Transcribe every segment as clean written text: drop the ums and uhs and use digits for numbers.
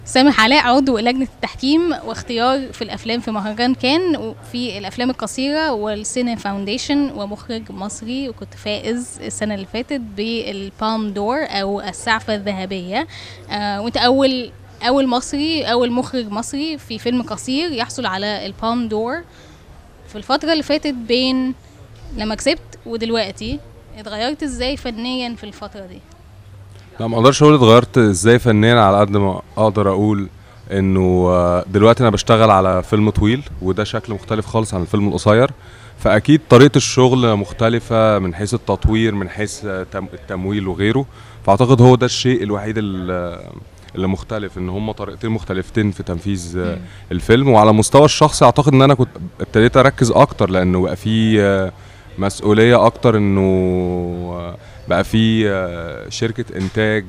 سامح علاء عضو لجنة التحكيم واختيار في الأفلام في مهرجان كان وفي الأفلام القصيرة والسينما فاونديشن، ومخرج مصري، وكنت فائز السنة اللي فاتت بالبالم دور أو السعفة الذهبية. وانت أول مخرج مصري في فيلم قصير يحصل على البالم دور. في الفترة اللي فاتت بين لما كسبت ودلوقتي اتغيرت ازاي فنيا في الفترة دي؟ لا، ما اقدرش اقول اتغيرت ازاي فنيا، على قد ما اقدر اقول انه دلوقتي انا بشتغل على فيلم طويل، وده شكل مختلف خالص عن الفيلم القصير. فاكيد طريقة الشغل مختلفة من حيث التطوير، من حيث التمويل وغيره. فاعتقد هو ده الشيء الوحيد اللي مختلف، ان هم طريقتين مختلفتين في تنفيذ الفيلم. وعلى مستوى الشخصي اعتقد ان انا كنت ابتديت اركز اكتر، لانه بقى في مسؤولية اكتر، انه بقى في شركة انتاج.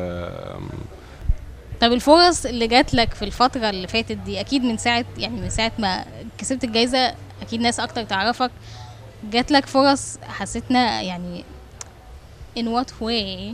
طب الفرص اللي جات لك في الفترة اللي فاتت دي، اكيد من ساعة ما كسبت الجايزة اكيد ناس اكتر تعرفك، جات لك فرص حسيتنا يعني in what way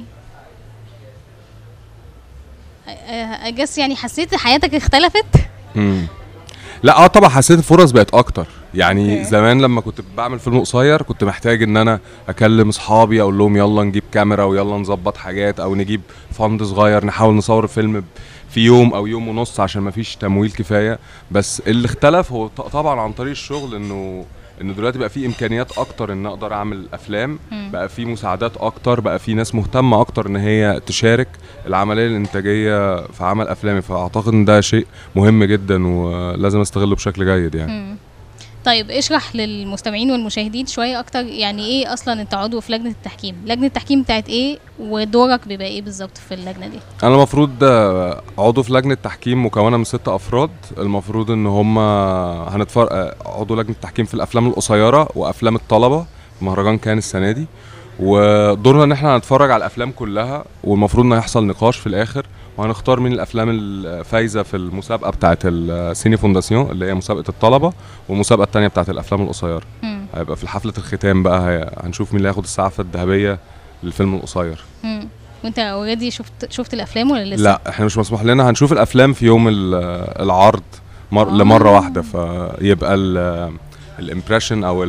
I guess يعني حسيت حياتك اختلفت؟ لا طبعا حسيت الفرص بقت اكتر. يعني زمان لما كنت بعمل فيلم قصير كنت محتاج ان انا اكلم اصحابي اقول لهم يلا نجيب كاميرا ويلا نظبط حاجات، او نجيب فند صغير نحاول نصور فيلم في يوم او يوم ونص عشان ما فيش تمويل كفايه. بس اللي اختلف هو طبعا عن طريق الشغل، انه دلوقتي بقى في امكانيات اكتر ان اقدر اعمل افلام، بقى في مساعدات اكتر، بقى في ناس مهتمه اكتر ان هي تشارك العمليه الانتاجيه في عمل افلامي. فاعتقد ان ده شيء مهم جدا ولازم استغله بشكل جيد يعني. طيب اشرح للمستمعين والمشاهدين شويه اكتر، يعني ايه اصلا انت عضو في لجنه التحكيم؟ لجنه التحكيم بتاعت ايه ودورك بيبقى ايه بالظبط في اللجنه دي؟ انا المفروض عضو في لجنه تحكيم مكونه من 6 افراد. المفروض ان هم عضو لجنه التحكيم في الافلام القصيره وافلام الطلبه في مهرجان كان السنه دي. ودورنا ان احنا هنتفرج على الافلام كلها، والمفروض ان هيحصل نقاش في الاخر، وهنختار مين الافلام الفايزه في المسابقه بتاعه السيني فونداسيون اللي هي مسابقه الطلبه، والمسابقه الثانيه بتاعه الافلام القصيره. هيبقى في حفله الختام بقى هنشوف مين اللي هياخد السعفه الذهبيه للفيلم القصير. وانت اوريدي شفت الافلام ولا لسه؟ لا، احنا مش مسموح لنا، هنشوف الافلام في يوم العرض لمره واحده، فيبقى الامبريشن او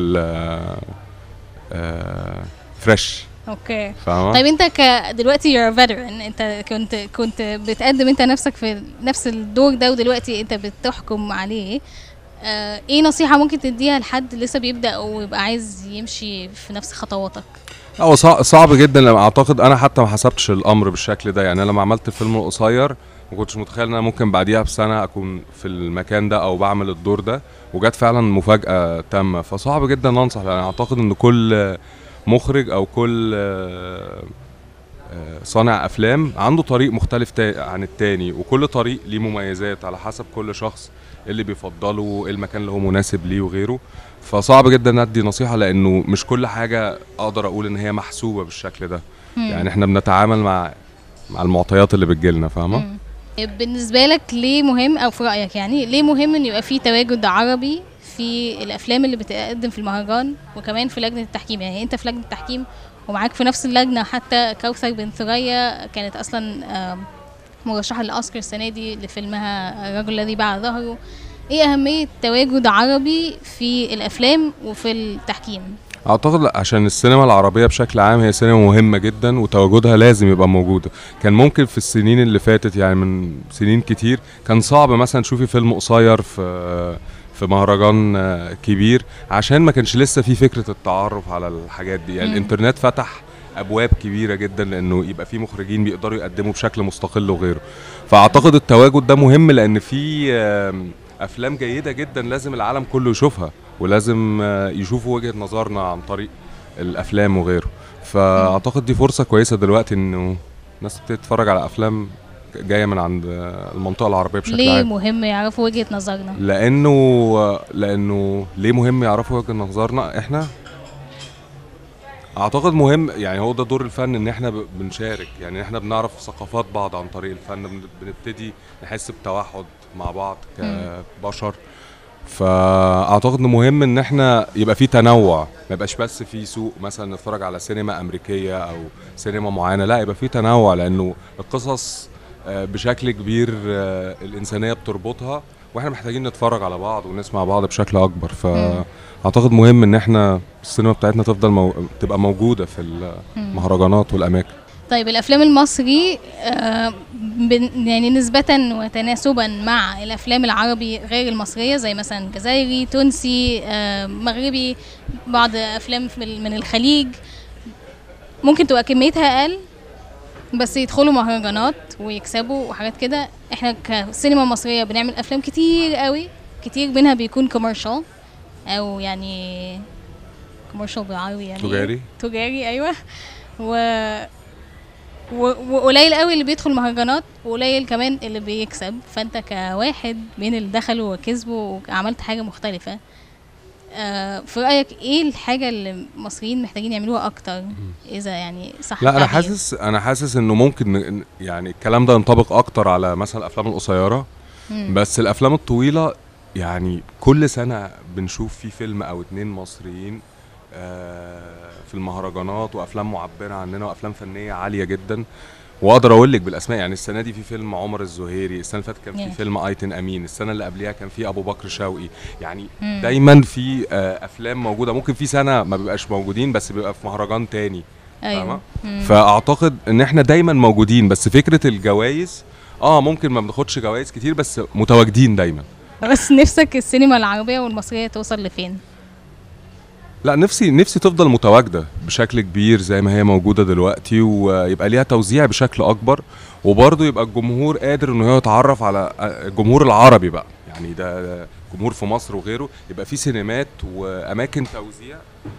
فريش. اوكي فاهمة؟ طيب انت دلوقتي you're a veteran، انت كنت بتقدم انت نفسك في نفس الدور ده، ودلوقتي انت بتحكم عليه. ايه نصيحة ممكن تديها لحد لسه بيبدأ ويبقى عايز يمشي في نفس خطواتك؟ هو صعب جدا. لما اعتقد انا حتى ما حسبتش الامر بالشكل ده. يعني لما عملت الفيلم القصير ما كنتش متخيل ان انا ممكن بعديها بسنة اكون في المكان ده او بعمل الدور ده، وجات فعلا مفاجأة تامة. فصعب جدا انصح، لان اعتقد ان كل مخرج او كل صانع افلام عنده طريق مختلف عن التاني، وكل طريق ليه مميزات على حسب كل شخص اللي بيفضله، المكان اللي هو مناسب ليه وغيره. فصعب جدا ادي نصيحة، لانه مش كل حاجة اقدر اقول ان هي محسوبة بالشكل ده. يعني احنا بنتعامل مع المعطيات اللي بتجيلنا. فاهمة؟ بالنسبة لك ليه مهم، او في رأيك يعني ليه مهم ان يبقى في تواجد عربي في الافلام اللي بتقدم في المهرجان وكمان في لجنة التحكيم؟ يعني انت في لجنة التحكيم ومعاك في نفس اللجنة حتى كوثر بن ثريا، كانت اصلا مرشحة للأوسكار السنة دي لفيلمها الرجل الذي باع ظهره. ايه اهمية تواجد عربي في الافلام وفي التحكيم؟ اعتقد عشان السينما العربية بشكل عام هي سينما مهمة جدا، وتواجدها لازم يبقى موجود. كان ممكن في السنين اللي فاتت، يعني من سنين كتير، كان صعب مثلا تشوفي فيلم قصير في مهرجان كبير، عشان ما كانش لسه في فكرة التعرف على الحاجات دي. يعني الانترنت فتح ابواب كبيرة جدا لانه يبقى في مخرجين بيقدروا يقدموا بشكل مستقل وغيره. فاعتقد التواجد ده مهم، لان في افلام جيدة جدا لازم العالم كله يشوفها، ولازم يشوفوا وجهة نظرنا عن طريق الافلام وغيره. فاعتقد دي فرصة كويسة دلوقتي انه الناس تتفرج على افلام جايه من عند المنطقه العربيه بشكل عام. ليه مهم يعرفوا وجهه نظرنا؟ لانه ليه مهم يعرفوا وجهه نظرنا احنا؟ اعتقد مهم، يعني هو ده دور الفن، ان احنا بنشارك، يعني احنا بنعرف ثقافات بعض عن طريق الفن، بنبتدي نحس بتوحد مع بعض كبشر. فاعتقد انه مهم ان احنا يبقى في تنوع، ما يبقاش بس في سوق مثلا نتفرج على سينما امريكيه او سينما معينه، لا يبقى في تنوع، لانه القصص بشكل كبير الانسانيه بتربطها، واحنا محتاجين نتفرج على بعض ونسمع بعض بشكل اكبر. فاعتقد مهم ان احنا السينما بتاعتنا تفضل تبقى موجوده في المهرجانات والاماكن. طيب الافلام المصري يعني نسبة وتناسبا مع الافلام العربي غير المصرية، زي مثلا جزائري، تونسي، مغربي، بعض افلام من الخليج، ممكن تبقى كميتها اقل بس يدخلوا مهرجانات ويكسبوا وحاجات كده. احنا كسينما مصرية بنعمل افلام كتير قوي، كتير منها بيكون كوميرشال او يعني كوميرشال بالعربي يعني تجاري ايوه، وقليل قوي اللي بيدخل مهرجانات، وقليل كمان اللي بيكسب. فانت كواحد من اللي دخلوا وكسبوا وعملت حاجة مختلفة، في رأيك ايه الحاجة اللي المصريين محتاجين يعملوها اكتر اذا يعني صح؟ لا انا حاسس انه ممكن يعني الكلام ده ينطبق اكتر على مثلا الافلام القصيرة، بس الافلام الطويلة يعني كل سنة بنشوف في فيلم او 2 مصريين في المهرجانات، وافلام معبرة عننا وافلام فنية عالية جدا. واقدر اقول لك بالاسماء، يعني السنه دي في فيلم عمر الزهيري، السنه اللي فاتت كان في فيلم ايتن امين، السنه اللي قبلها كان في ابو بكر شوقي. يعني دايما في افلام موجوده، ممكن في سنه ما بيبقاش موجودين بس بيبقى في مهرجان تاني. ايوه. فاعتقد ان احنا دايما موجودين، بس فكره الجوائز ممكن ما بناخدش جوائز كتير بس متواجدين دايما. بس نفسك السينما العربيه والمصريه توصل لفين؟ لا نفسي تفضل متواجدة بشكل كبير زي ما هي موجودة دلوقتي، ويبقى ليها توزيع بشكل أكبر، وبرضه يبقى الجمهور قادر إنه يتعرف على الجمهور العربي بقى، يعني ده جمهور في مصر وغيره، يبقى في سينمات وأماكن توزيع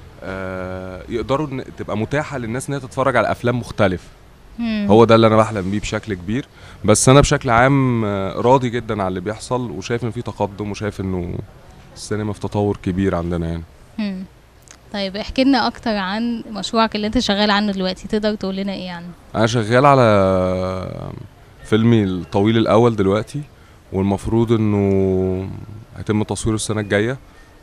يقدروا تبقى متاحة للناس إنها تتفرج على أفلام مختلفة. هو ده اللي أنا بحلم بيه بشكل كبير. بس أنا بشكل عام راضي جدا على اللي بيحصل، وشايف إن في تقدم، وشايف إنه السينما في تطور كبير عندنا يعني. طيب احكي لنا اكتر عن مشروعك اللي انت شغال عنه دلوقتي، تقدر تقول لنا ايه عنه؟ انا شغال على فيلمي الطويل الاول دلوقتي، والمفروض انه هيتم تصويره السنه الجايه،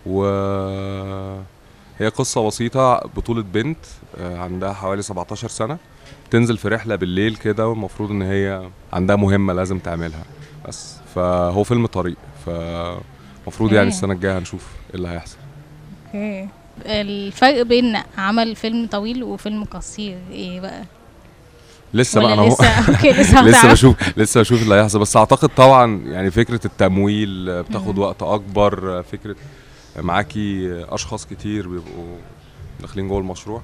وهي قصه بسيطه، بطوله بنت عندها حوالي 17 سنه، تنزل في رحله بالليل كده، والمفروض ان هي عندها مهمه لازم تعملها بس. فهو فيلم طريق، فمفروض يعني السنه الجايه هنشوف ايه اللي هيحصل. اوكي. الفرق بين عمل فيلم طويل وفيلم قصير ايه بقى؟ لسه بقى انا لسه بشوف اللي هيحصل، بس اعتقد طبعا يعني فكره التمويل بتاخد وقت اكبر، فكره معاكي اشخاص كتير بيبقوا داخلين جوه المشروع،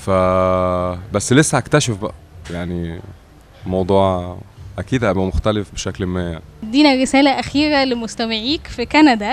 بس لسه هكتشف بقى، يعني الموضوع اكيد هيبقى مختلف بشكل ما يعني. ادينا رساله اخيره لمستمعيك في كندا.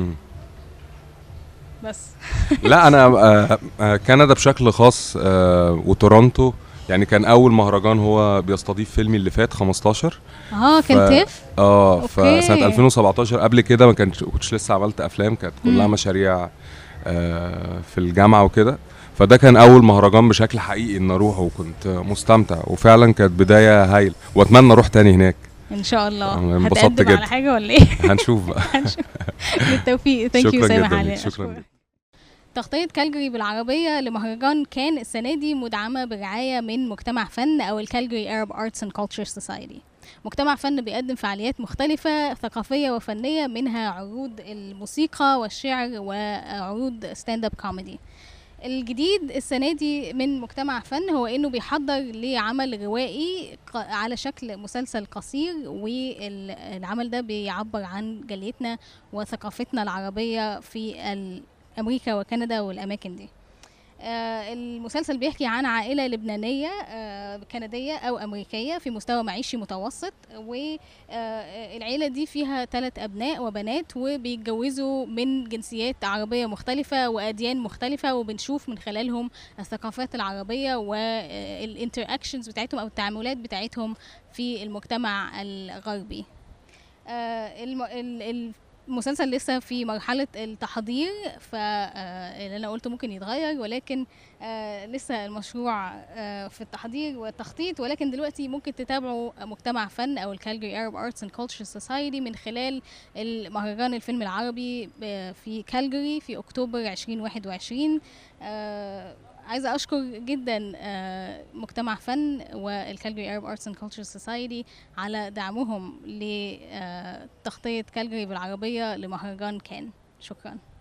بس لا انا كندا بشكل خاص وتورونتو، يعني كان اول مهرجان هو بيستضيف فيلمي اللي فات 15. كان تيف. فسنه 2017 قبل كده ما كنتش لسه عملت افلام، كانت كلها مشاريع في الجامعه وكده، فده كان اول مهرجان بشكل حقيقي ان اروح، وكنت مستمتع، وفعلا كانت بدايه هايل، واتمنى اروح تاني هناك ان شاء الله. هتقدم على حاجه ولا ايه؟ هنشوف بقى. بالتوفيق. ثانك يو سامح علي. شكرا. تغطية كالجري بالعربية لمهرجان كان السنة دي مدعمة برعاية من مجتمع فن أو الكالجري Arab Arts and Culture Society. مجتمع فن بيقدم فعاليات مختلفة ثقافية وفنية، منها عروض الموسيقى والشعر وعروض ستاند اب كوميدي. الجديد السنة دي من مجتمع فن هو انه بيحضر لعمل روائي على شكل مسلسل قصير، والعمل ده بيعبر عن جاليتنا وثقافتنا العربية في أمريكا وكندا والأماكن دي. المسلسل بيحكي عن عائلة لبنانية كندية أو أمريكية في مستوى معيشي متوسط، والعائلة دي فيها 3 أبناء وبنات، وبيتجوزوا من جنسيات عربية مختلفة وأديان مختلفة، وبنشوف من خلالهم الثقافات العربية والانتراكشنز بتاعتهم أو التعاملات بتاعتهم في المجتمع الغربي. المسلسل لسه في مرحلة التحضير، فاللي أنا قلته ممكن يتغير، ولكن لسه المشروع في التحضير والتخطيط. ولكن دلوقتي ممكن تتابعوا مجتمع فن أو الكالجري Arab Arts and Culture Society من خلال المهرجان الفيلم العربي في كالجري في أكتوبر 2021. عايزة أشكر جدا مجتمع فن والكالجري Arab Arts and Culture Society على دعمهم لتغطية كالجري بالعربية لمهرجان كان. شكرا.